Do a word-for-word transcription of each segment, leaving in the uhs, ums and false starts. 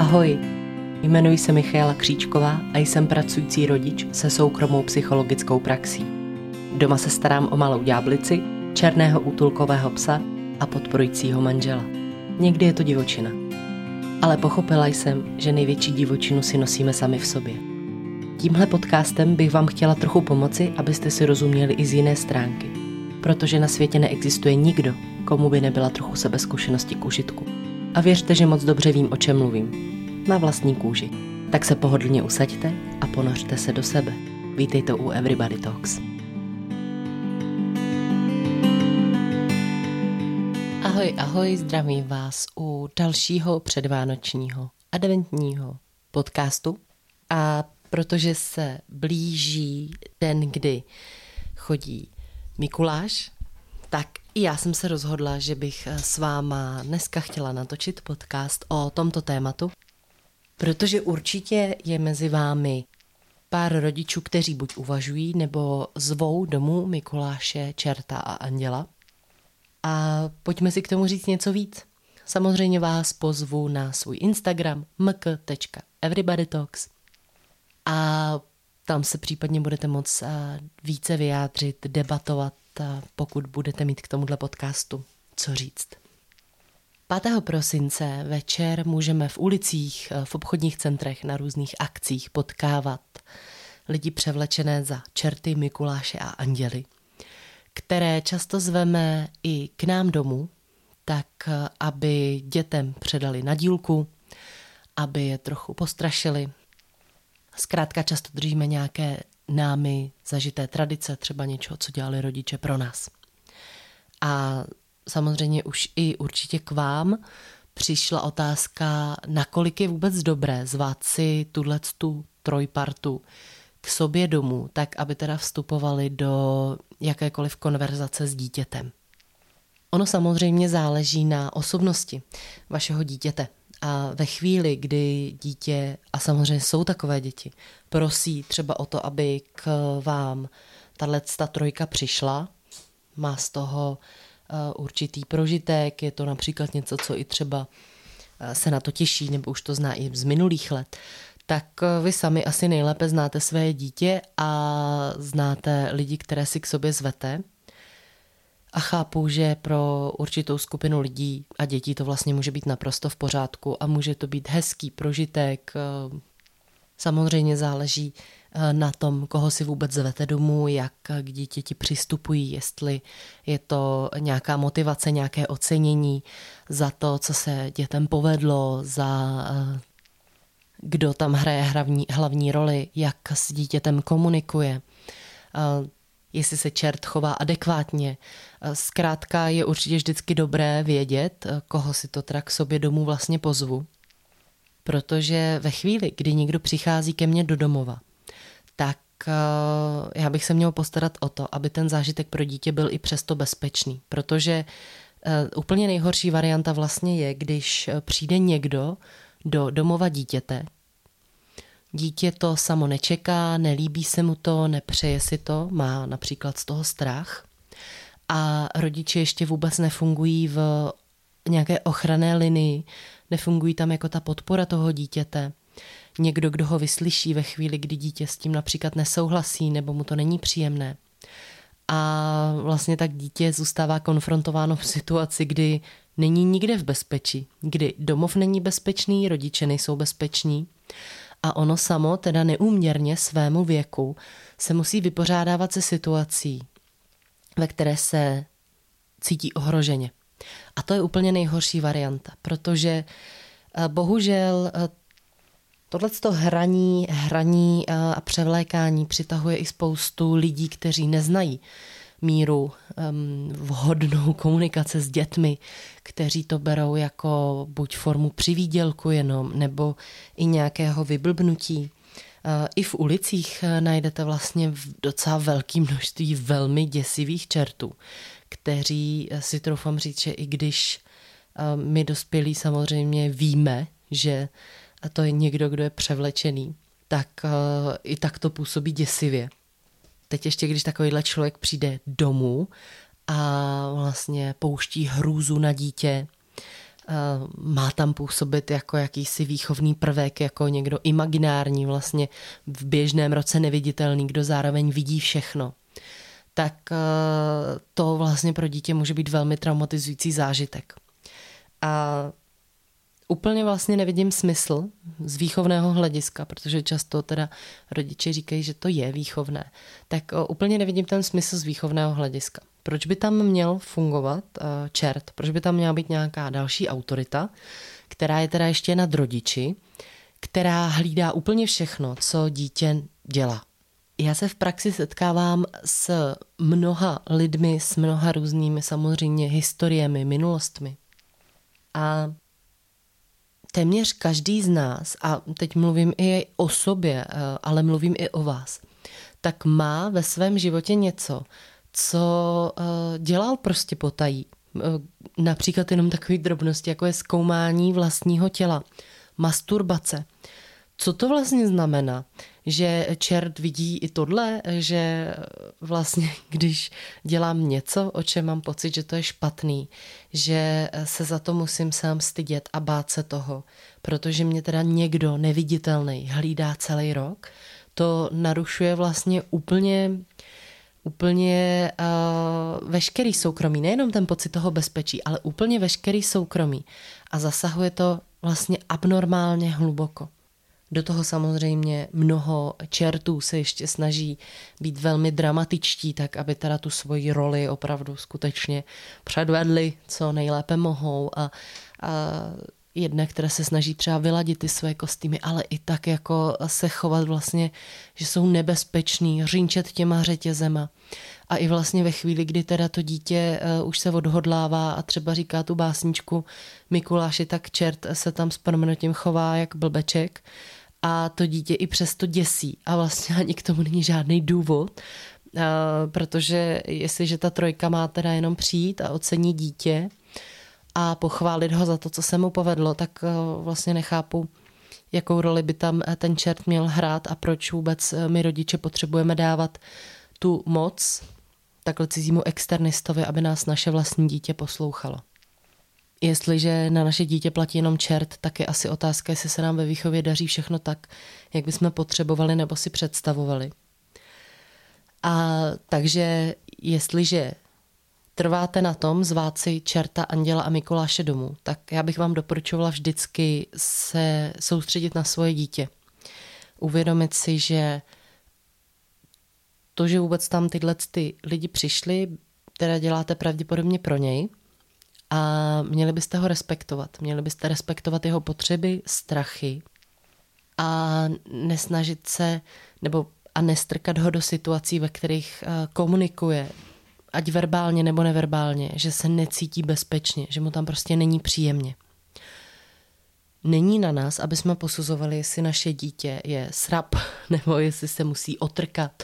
Ahoj, jmenuji se Michaela Kříčková a jsem pracující rodič se soukromou psychologickou praxí. Doma se starám o malou ďáblici, černého útulkového psa a podporujícího manžela. Někdy je to divočina. Ale pochopila jsem, že největší divočinu si nosíme sami v sobě. Tímhle podcastem bych vám chtěla trochu pomoci, abyste si rozuměli i z jiné stránky. Protože na světě neexistuje nikdo, komu by nebyla trochu sebezkušenosti k užitku. A věřte, že moc dobře vím, o čem mluvím. Na vlastní kůži. Tak se pohodlně usaďte a ponořte se do sebe. Vítejte u Everybody Talks. Ahoj, ahoj, zdravím vás u dalšího předvánočního adventního podcastu. A protože se blíží den, kdy chodí Mikuláš, tak i já jsem se rozhodla, že bych s váma dneska chtěla natočit podcast o tomto tématu, protože určitě je mezi vámi pár rodičů, kteří buď uvažují, nebo zvou domů Mikuláše, čerta a anděla. A pojďme si k tomu říct něco víc. Samozřejmě vás pozvu na svůj Instagram m k tečka everybodytalks a tam se případně budete moct více vyjádřit, debatovat, pokud budete mít k tomuhle podcastu co říct. pátého prosince večer můžeme v ulicích, v obchodních centrech, na různých akcích potkávat lidi převlečené za čerty, Mikuláše a anděly, které často zveme i k nám domů, tak aby dětem předali nadílku, aby je trochu postrašili. Zkrátka často držíme nějaké námi zažité tradice, třeba něčeho, co dělali rodiče pro nás. A samozřejmě už i určitě k vám přišla otázka, nakolik je vůbec dobré zvát si tuhletu trojpartu k sobě domů, tak aby teda vstupovali do jakékoliv konverzace s dítětem. Ono samozřejmě záleží na osobnosti vašeho dítěte. A ve chvíli, kdy dítě, a samozřejmě jsou takové děti, prosí třeba o to, aby k vám tato trojka přišla, má z toho uh, určitý prožitek, je to například něco, co i třeba uh, se na to těší, nebo už to zná i z minulých let, tak uh, vy sami asi nejlépe znáte své dítě a znáte lidi, které si k sobě zvete. A chápu, že pro určitou skupinu lidí a dětí to vlastně může být naprosto v pořádku a může to být hezký prožitek. Samozřejmě záleží na tom, koho si vůbec zvete domů, jak k dítěti přistupují, jestli je to nějaká motivace, nějaké ocenění za to, co se dětem povedlo, za kdo tam hraje hlavní, hlavní roli, jak s dítětem komunikuje, jestli se čert chová adekvátně. Zkrátka je určitě vždycky dobré vědět, koho si to teda k sobě domů vlastně pozvu. Protože ve chvíli, kdy někdo přichází ke mně do domova, tak já bych se měl postarat o to, aby ten zážitek pro dítě byl i přesto bezpečný. Protože úplně nejhorší varianta vlastně je, když přijde někdo do domova dítěte, dítě to samo nečeká, nelíbí se mu to, nepřeje si to, má například z toho strach a rodiče ještě vůbec nefungují v nějaké ochranné linii, nefungují tam jako ta podpora toho dítěte. Někdo, kdo ho vyslyší ve chvíli, kdy dítě s tím například nesouhlasí nebo mu to není příjemné. A vlastně tak dítě zůstává konfrontováno v situaci, kdy není nikde v bezpečí, kdy domov není bezpečný, rodiče nejsou bezpeční. A ono samo, teda neúměrně svému věku, se musí vypořádávat se situací, ve které se cítí ohroženě. A to je úplně nejhorší varianta, protože bohužel tohleto hraní, hraní a převlékání přitahuje i spoustu lidí, kteří neznají míru um, vhodnou komunikace s dětmi, kteří to berou jako buď formu přivýdělku jenom, nebo i nějakého vyblbnutí. Uh, I v ulicích najdete vlastně v docela velké množství velmi děsivých čertů, kteří si troufám říct, že i když uh, my dospělí samozřejmě víme, že to je někdo, kdo je převlečený, tak uh, i tak to působí děsivě. Teď ještě, když takovýhle člověk přijde domů a vlastně pouští hrůzu na dítě, má tam působit jako jakýsi výchovný prvek, jako někdo imaginární, vlastně v běžném roce neviditelný, kdo zároveň vidí všechno, tak to vlastně pro dítě může být velmi traumatizující zážitek. A úplně vlastně nevidím smysl z výchovného hlediska, protože často teda rodiče říkají, že to je výchovné. Tak úplně nevidím ten smysl z výchovného hlediska. Proč by tam měl fungovat uh, čert? Proč by tam měla být nějaká další autorita, která je teda ještě nad rodiči, která hlídá úplně všechno, co dítě dělá? Já se v praxi setkávám s mnoha lidmi, s mnoha různými samozřejmě historiemi, minulostmi. A téměř každý z nás, a teď mluvím i o sobě, ale mluvím i o vás, tak má ve svém životě něco, co dělal prostě potají. Například jenom takové drobnosti, jako je zkoumání vlastního těla, masturbace. Co to vlastně znamená? Že čert vidí i tohle, že vlastně když dělám něco, o čem mám pocit, že to je špatný, že se za to musím sám stydět a bát se toho, protože mě teda někdo neviditelný hlídá celý rok, to narušuje vlastně úplně, úplně uh, veškerý soukromí, nejenom ten pocit toho bezpečí, ale úplně veškerý soukromí a zasahuje to vlastně abnormálně hluboko. Do toho samozřejmě mnoho čertů se ještě snaží být velmi dramatičtí, tak aby teda tu svoji roli opravdu skutečně předvedli, co nejlépe mohou a, a jedna, která se snaží třeba vyladit ty své kostýmy, ale i tak jako se chovat vlastně, že jsou nebezpeční, řínčet těma řetězema. A i vlastně ve chvíli, kdy teda to dítě uh, už se odhodlává a třeba říká tu básničku Mikuláši, tak čert se tam s prominutím chová jak blbeček a to dítě i přesto děsí a vlastně ani k tomu není žádný důvod, uh, protože jestliže ta trojka má teda jenom přijít a ocení dítě a pochválit ho za to, co se mu povedlo, tak uh, vlastně nechápu, jakou roli by tam ten čert měl hrát a proč vůbec my rodiče potřebujeme dávat tu moc takhle cizímu externistovi, aby nás naše vlastní dítě poslouchalo. Jestliže na naše dítě platí jenom čert, tak je asi otázka, jestli se nám ve výchově daří všechno tak, jak bychom potřebovali nebo si představovali. A takže jestliže trváte na tom zvát si čerta, anděla a Mikuláše domů, tak já bych vám doporučovala vždycky se soustředit na svoje dítě. Uvědomit si, že to, že vůbec tam tyhle ty lidi přišli, teda děláte pravděpodobně pro něj a měli byste ho respektovat. Měli byste respektovat jeho potřeby, strachy a nesnažit se nebo a nestrkat ho do situací, ve kterých komunikuje, ať verbálně nebo neverbálně, že se necítí bezpečně, že mu tam prostě není příjemně. Není na nás, aby jsme posuzovali, jestli naše dítě je srab nebo jestli se musí otrkat.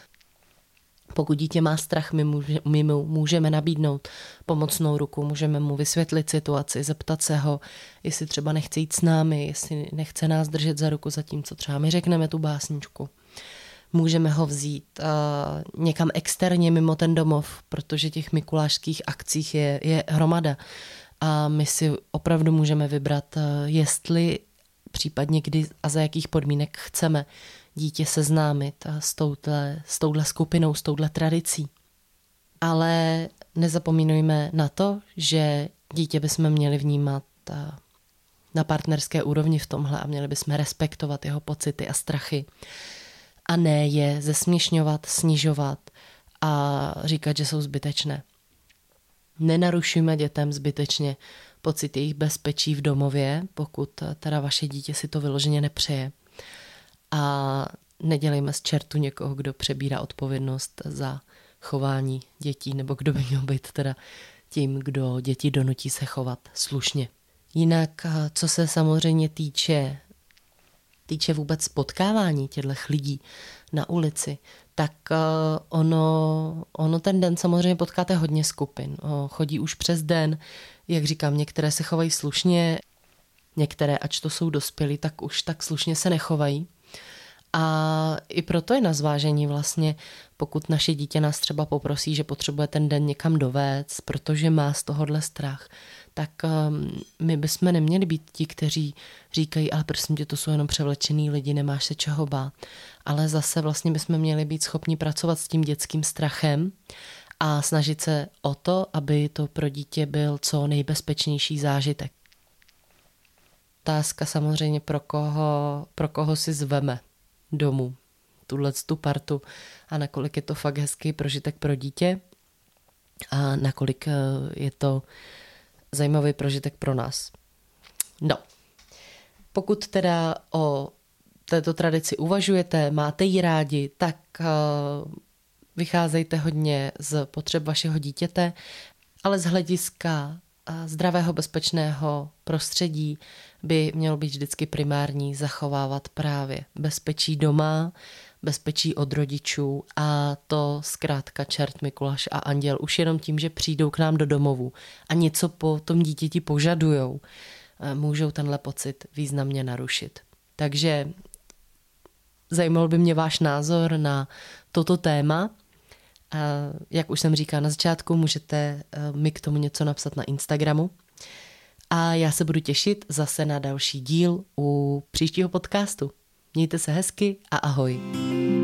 Pokud dítě má strach, my, může, my mu můžeme nabídnout pomocnou ruku, můžeme mu vysvětlit situaci, zeptat se ho, jestli třeba nechce jít s námi, jestli nechce nás držet za ruku, zatímco třeba my řekneme tu básničku. Můžeme ho vzít uh, někam externě mimo ten domov, protože těch mikulášských akcích je, je hromada. A my si opravdu můžeme vybrat, uh, jestli případně kdy a za jakých podmínek chceme dítě seznámit s touhle, s touhle skupinou, s touhle tradicí. Ale nezapomínejme na to, že dítě bychom měli vnímat na partnerské úrovni v tomhle a měli bychom respektovat jeho pocity a strachy a ne je zesměšňovat, snižovat a říkat, že jsou zbytečné. Nenarušujme dětem zbytečně pocit jejich bezpečí v domově, pokud teda vaše dítě si to vyloženě nepřeje. A nedělejme z čertu někoho, kdo přebírá odpovědnost za chování dětí, nebo kdo by měl být teda tím, kdo děti donutí se chovat slušně. Jinak, co se samozřejmě týče, týče vůbec potkávání těchto lidí na ulici, tak ono, ono ten den samozřejmě potkáte hodně skupin. Chodí už přes den, jak říkám, některé se chovají slušně, některé, ač to jsou dospělí, tak už tak slušně se nechovají. A i proto je na zvážení vlastně, pokud naše dítě nás třeba poprosí, že potřebuje ten den někam dovést, protože má z tohohle strach, tak um, my bychom neměli být ti, kteří říkají, ale prosím tě, to jsou jenom převlečený lidi, nemáš se čeho bát. Ale zase vlastně bychom měli být schopni pracovat s tím dětským strachem a snažit se o to, aby to pro dítě byl co nejbezpečnější zážitek. Otázka samozřejmě, pro koho, pro koho si zveme domů tuhle tu partu a nakolik je to fakt hezký prožitek pro dítě a nakolik je to zajímavý prožitek pro nás. No, pokud teda o této tradici uvažujete, máte ji rádi, tak vycházejte hodně z potřeb vašeho dítěte, ale z hlediska zdravého, bezpečného prostředí by mělo být vždycky primární zachovávat právě bezpečí doma, bezpečí od rodičů a to zkrátka čert, Mikuláš a anděl už jenom tím, že přijdou k nám do domovu a něco po tom dítěti požadujou, můžou tenhle pocit významně narušit. Takže zajímal by mě váš názor na toto téma. Jak už jsem říkala na začátku, můžete mi k tomu něco napsat na Instagramu. A já se budu těšit zase na další díl u příštího podcastu. Mějte se hezky a ahoj.